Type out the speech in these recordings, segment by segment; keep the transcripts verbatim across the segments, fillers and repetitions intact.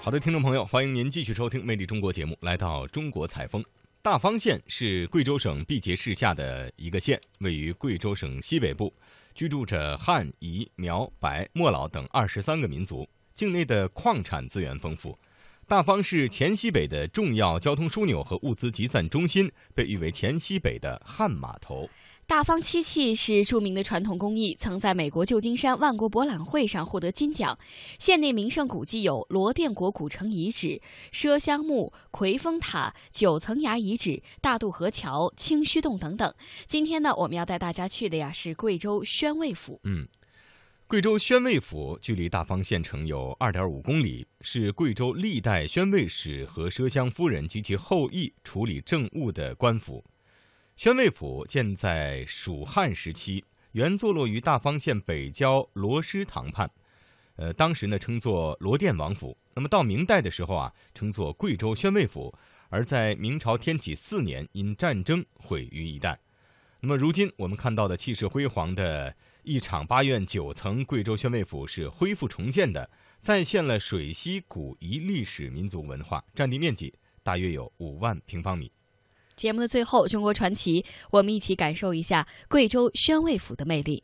好的，听众朋友，欢迎您继续收听《魅力中国》节目。来到中国采风，大方县是贵州省毕节市下的一个县，位于贵州省西北部，居住着汉、彝、苗、白、莫老等二十三个民族，境内的矿产资源丰富。大方是黔西北的重要交通枢纽和物资集散中心，被誉为黔西北的汉码头。 大方漆器是著名的传统工艺，曾在美国旧金山万国博览会上获得金奖。县内名胜古迹有罗甸国古城遗址、麝香墓、魁峰塔、九层崖遗址、大渡河桥、清虚洞等等。今天呢，我们要带大家去的呀是贵州宣慰府。 嗯，贵州宣慰府距离大方县城有 二点五公里，是贵州历代宣慰使和麝香夫人及其后裔处理政务的官府。宣慰府建在蜀汉时期，原坐落于大方县北郊罗师塘畔，呃，当时呢称作罗甸王府。那么到明代的时候啊，称作贵州宣慰府，而在明朝天启四年因战争毁于一旦。那么如今我们看到的气势辉煌的一厂八院九层贵州宣慰府是恢复重建的，再现了水西古彝历史民族文化，占地面积大约有五万平方米。 节目的最后，中国传奇，我们一起感受一下贵州宣慰府的魅力。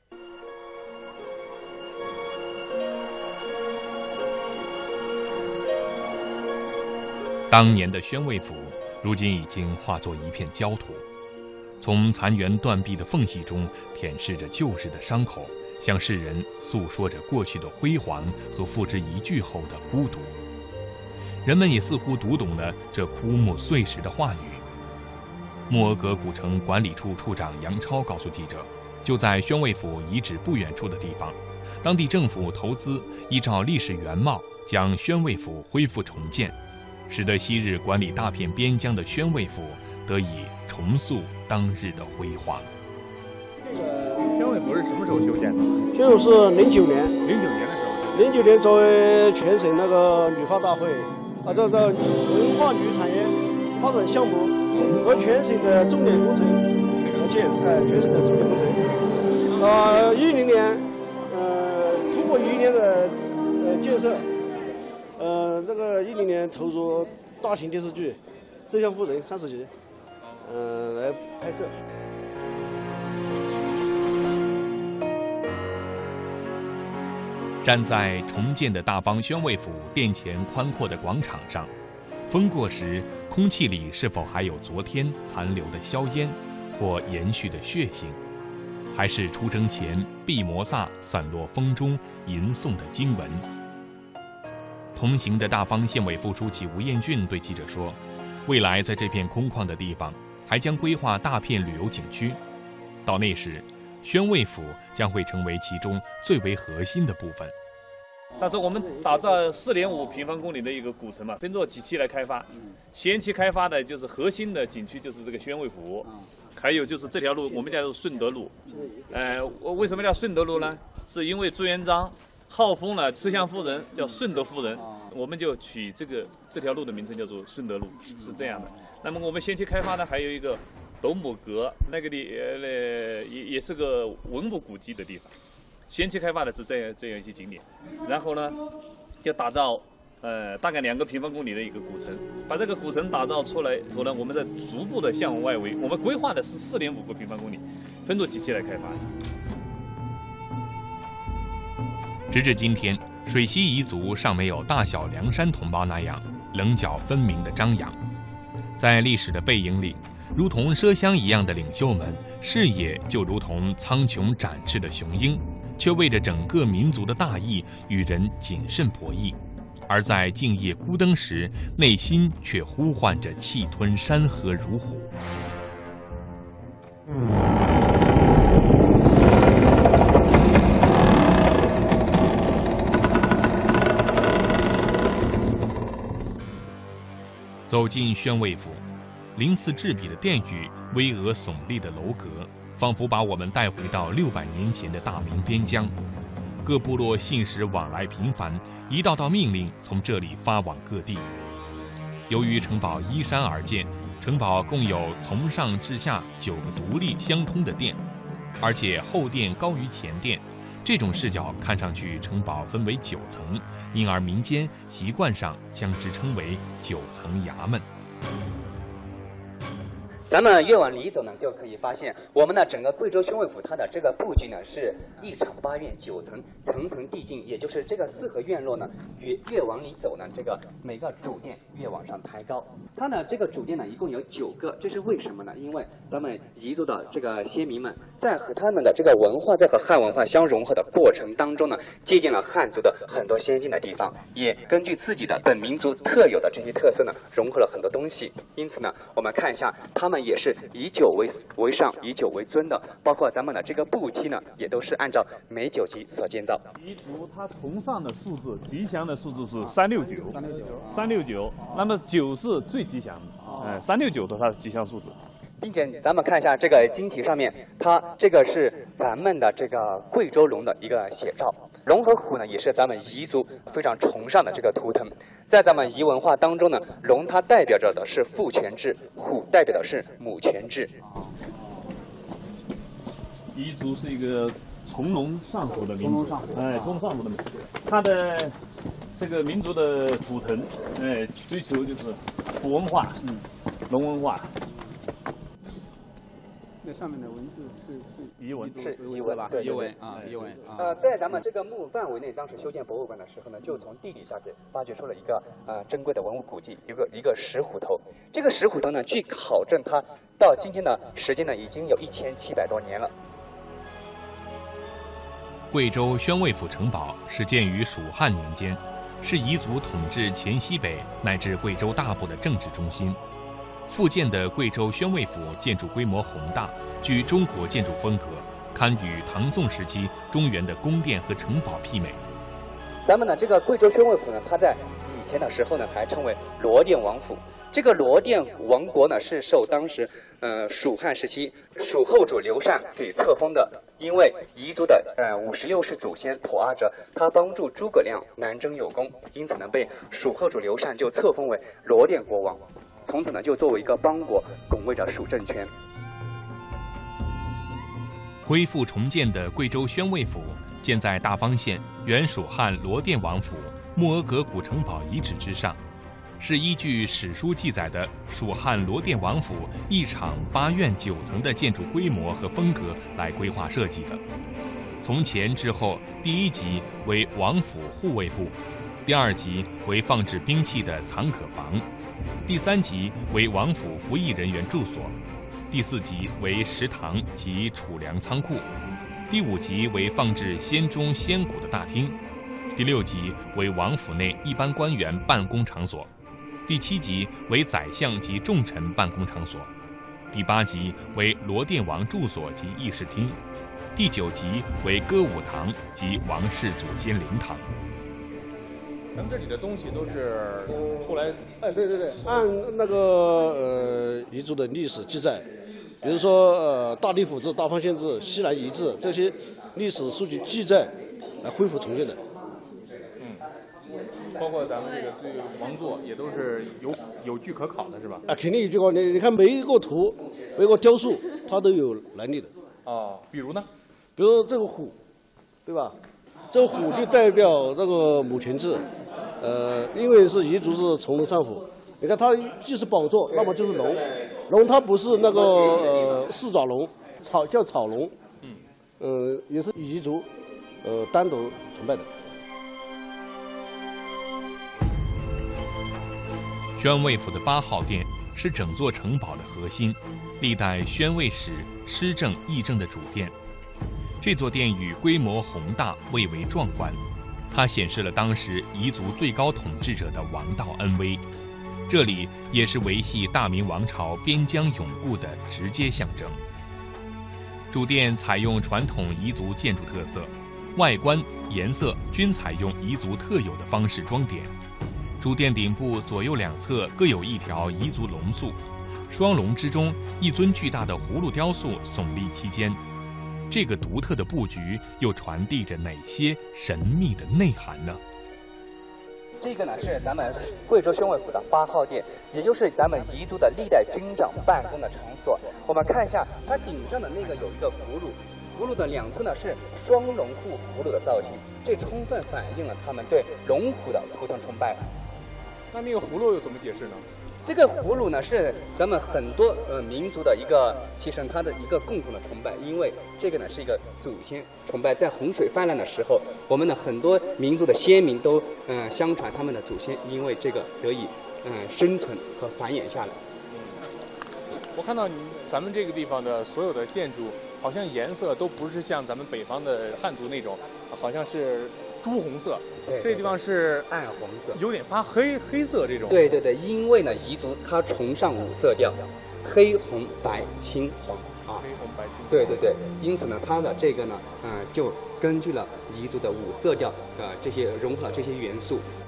当年的宣慰府，如今已经化作一片焦土，从残垣断壁的缝隙中舔舐着旧日的伤口，向世人诉说着过去的辉煌和付之一炬后的孤独。人们也似乎读懂了这枯木碎石的话语。莫尔格古城管理处处长杨超告诉记者，就在宣慰府遗址不远处的地方，当地政府投资依照历史原貌将宣慰府恢复重建，使得昔日管理大片边疆的宣慰府得以重塑当日的辉煌。 这个宣慰府是什么时候修建的？ 宣慰是零九年， 零九年的时候。 零九年作为全省那个绿化大会，啊，这个文化旅产业发展项目和全省的重点工程合建，哎，全省的重点工程。呃，一零年，呃，通过一年的呃建设，呃，这个一零年投入大型电视剧《麝香夫人》三十集，呃，来拍摄。 站在重建的大方宣慰府殿前宽阔的广场上，风过时，空气里是否还有昨天残留的硝烟，或延续的血腥，还是出征前毕摩萨散落风中吟诵的经文？同行的大方县委副书记吴彦俊对记者说，未来在这片空旷的地方还将规划大片旅游景区，到那时宣慰府将会成为其中最为核心的部分。 但是我们打造四点五平方公里的一个古城嘛，分作几期来开发。先期开发的就是核心的景区，就是这个宣慰府，还有就是这条路我们叫做顺德路。呃，为什么叫顺德路呢？是因为朱元璋号封了麝香夫人叫顺德夫人，我们就取这个这条路的名称叫做顺德路，是这样的。那么我们先期开发呢，还有一个龙母阁，那个地呃也也是个文物古迹的地方。先期开发的是这样这样一些景点，然后呢，就打造呃大概两个平方公里的一个古城。把这个古城打造出来以后呢，我们再逐步的向外围，我们规划的是四点五个平方公里，分作几期来开发。 直至今天，水西彝族尚没有大小凉山同胞那样棱角分明的张扬，在历史的背影里，如同麝香一样的领袖们，视野就如同苍穹展翅的雄鹰，却为着整个民族的大义与人谨慎博弈，而在静夜孤灯时，内心却呼唤着气吞山河如虎。走进宣慰府，鳞次栉比的殿宇，巍峨耸立的楼阁，仿佛把我们带回到六百年前的大明边疆。各部落信使往来频繁，一道道命令从这里发往各地。由于城堡依山而建，城堡共有从上至下九个独立相通的殿，而且后殿高于前殿， 这种视角看上去，城堡分为九层，因而民间习惯上将之称为九层衙门。 咱们越往里走呢，就可以发现我们的整个贵州宣慰府它的这个布局呢是一场八院九层，层层递进，也就是这个四合院落呢越越往里走呢，这个每个主殿越往上抬高。它呢这个主殿呢一共有九个，这是为什么呢？因为咱们彝族的这个先民们在和他们的这个文化在和汉文化相融合的过程当中呢，借鉴了汉族的很多先进的地方，也根据自己的本民族特有的这些特色呢，融合了很多东西。因此呢，我们看一下他们也是以酒为为上，以酒为尊的，包括咱们的这个步梯呢，也都是按照美酒级所建造。 彝族它崇尚的数字，吉祥的数字是三六九，三六九，那么九是最吉祥的，哎，三六九的它是吉祥数字。 并且咱们看一下这个旌旗上面，它这个是咱们的这个贵州龙的一个写照。龙和虎呢，也是咱们彝族非常崇尚的这个图腾。在咱们彝文化当中呢，龙它代表着的是父权制，虎代表的是母权制。 彝族是一个从龙上虎的民族，哎，从龙上虎的民族，它的这个民族的图腾，哎，追求就是虎文化，嗯，龙文化。 那上面的文字是是彝文， 是彝文吧？ 对，彝文啊，彝文啊。 呃，在咱们这个墓范围内，当时修建博物馆的时候呢，就从地底下给发掘出了一个呃珍贵的文物古迹，一个一个石虎头。这个石虎头呢，据考证，它到今天的时间呢，已经有一千七百多年了。 贵州宣慰府城堡始建于蜀汉年间，是彝族统治黔西北乃至贵州大部的政治中心。复建的贵州宣慰府建筑规模宏大，具中国建筑风格，堪与唐宋时期中原的宫殿和城堡媲美。 咱们呢，这个贵州宣慰府呢，它在以前的时候呢，还称为罗甸王府。这个罗甸王国呢，是受当时呃蜀汉时期蜀后主刘禅给册封的，因为彝族的呃五十六世祖先妥阿哲，他帮助诸葛亮南征有功，因此呢，被蜀后主刘禅就册封为罗甸国王。从此呢，就作为一个邦国，拱卫着蜀政权。 恢复重建的贵州宣慰府建在大方县原蜀汉罗甸王府木额阁古城堡遗址之上，是依据史书记载的蜀汉罗甸王府一场八院九层的建筑规模和风格来规划设计的。从前至后，第一级为王府护卫部，第二级为放置兵器的藏可房，第三级为王府服役人员住所，第四级为食堂及储粮仓库，第五级为放置先钟先鼓的大厅，第六级为王府内一般官员办公场所，第七级为宰相及重臣办公场所，第八级为罗甸王住所及议事厅，第九级为歌舞堂及王室祖先灵堂。 咱们这里的东西都是后来， 哎，对对对，按那个呃彝族的历史记载，比如说呃大地府志、大方县志、西南遗志这些历史数据记载来恢复重建的。 嗯，包括咱们这个这个王座也都是有有据可考的，是吧？ 啊，肯定有据可考。你你看每一个图、每一个雕塑，它都有来历的。 哦，比如呢？ 比如这个虎，对吧？这个虎就代表这个母权制。呃，因为是彝族是从龙上虎，你看它既是宝座，那么就是龙。龙它不是那个呃四爪龙，草叫草龙，嗯，呃也是彝族呃单独崇拜的。 宣慰府的八号殿是整座城堡的核心，历代宣慰使施政议政的主殿。这座殿宇规模宏大，蔚为壮观。它显示了当时彝族最高统治者的王道恩威，这里也是维系大明王朝边疆永固的直接象征。主殿采用传统彝族建筑特色，外观、颜色均采用彝族特有的方式装点。主殿顶部左右两侧各有一条彝族龙塑，双龙之中一尊巨大的葫芦雕塑耸立其间。这个独特的布局又传递着哪些神秘的内涵呢？ 这个呢是咱们贵州宣慰府的八号殿，也就是咱们彝族的历代军长办公的场所。我们看一下，它顶上的那个有一个葫芦， 葫芦的两侧呢是双龙虎葫芦的造型，这充分反映了他们对龙虎的图腾崇拜。 那那个葫芦又怎么解释呢？ 这个葫芦呢是咱们很多呃民族的一个，其实它的一个共同的崇拜，因为这个呢是一个祖先崇拜。在洪水泛滥的时候，我们的很多民族的先民都嗯、呃、相传他们的祖先因为这个得以嗯、呃、生存和繁衍下来。 我看到你咱们这个地方的所有的建筑，好像颜色都不是像咱们北方的汉族那种，好像是朱红色。 对， 这地方是暗红色， 有点发黑黑色这种。 对对对，因为呢彝族它崇尚五色调，黑红白青黄啊。 黑红白青。 对对对，因此呢，它的这个呢，嗯、呃，就根据了彝族的五色调，呃，这些融合了这些元素，